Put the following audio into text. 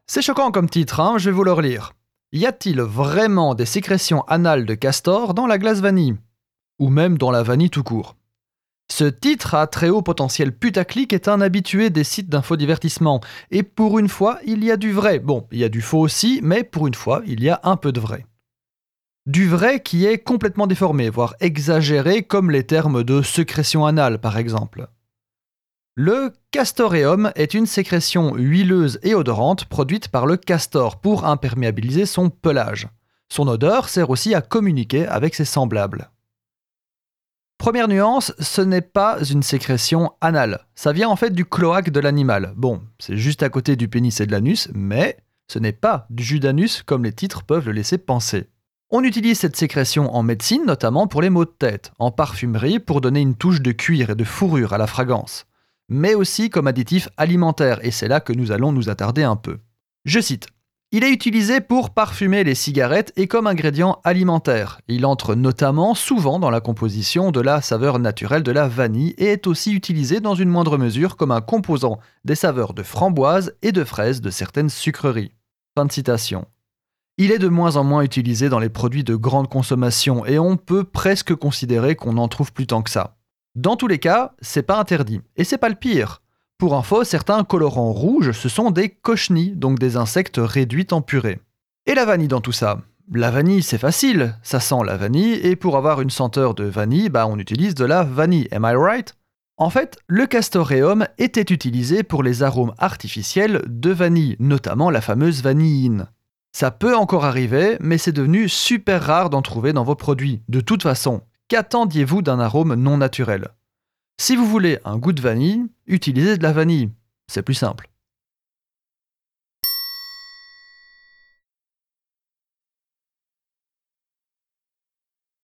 C'est choquant comme titre, hein, je vais vous le relire. Y a-t-il vraiment des sécrétions anales de castor dans la glace vanille? Ou même dans la vanille tout court? Ce titre à très haut potentiel putaclic est un habitué des sites d'infodivertissement. Et pour une fois, il y a du vrai. Bon, il y a du faux aussi, mais pour une fois, il y a un peu de vrai. Du vrai qui est complètement déformé, voire exagéré, comme les termes de sécrétion anale par exemple. Le castoreum est une sécrétion huileuse et odorante produite par le castor pour imperméabiliser son pelage. Son odeur sert aussi à communiquer avec ses semblables. Première nuance, ce n'est pas une sécrétion anale. Ça vient en fait du cloaque de l'animal. Bon, c'est juste à côté du pénis et de l'anus, mais ce n'est pas du jus d'anus comme les titres peuvent le laisser penser. On utilise cette sécrétion en médecine, notamment pour les maux de tête, en parfumerie pour donner une touche de cuir et de fourrure à la fragrance, mais aussi comme additif alimentaire, et c'est là que nous allons nous attarder un peu. Je cite. Il est utilisé pour parfumer les cigarettes et comme ingrédient alimentaire. Il entre notamment souvent dans la composition de la saveur naturelle de la vanille et est aussi utilisé dans une moindre mesure comme un composant des saveurs de framboise et de fraise de certaines sucreries. Fin de citation. Il est de moins en moins utilisé dans les produits de grande consommation et on peut presque considérer qu'on n'en trouve plus tant que ça. Dans tous les cas, c'est pas interdit. Et c'est pas le pire. Pour info, certains colorants rouges, ce sont des cochenilles, donc des insectes réduits en purée. Et la vanille dans tout ça? La vanille, c'est facile, ça sent la vanille, et pour avoir une senteur de vanille, on utilise de la vanille, am I right? En fait, le castoreum était utilisé pour les arômes artificiels de vanille, notamment la fameuse vanilline. Ça peut encore arriver, mais c'est devenu super rare d'en trouver dans vos produits. De toute façon, qu'attendiez-vous d'un arôme non naturel? Si vous voulez un goût de vanille, utilisez de la vanille. C'est plus simple.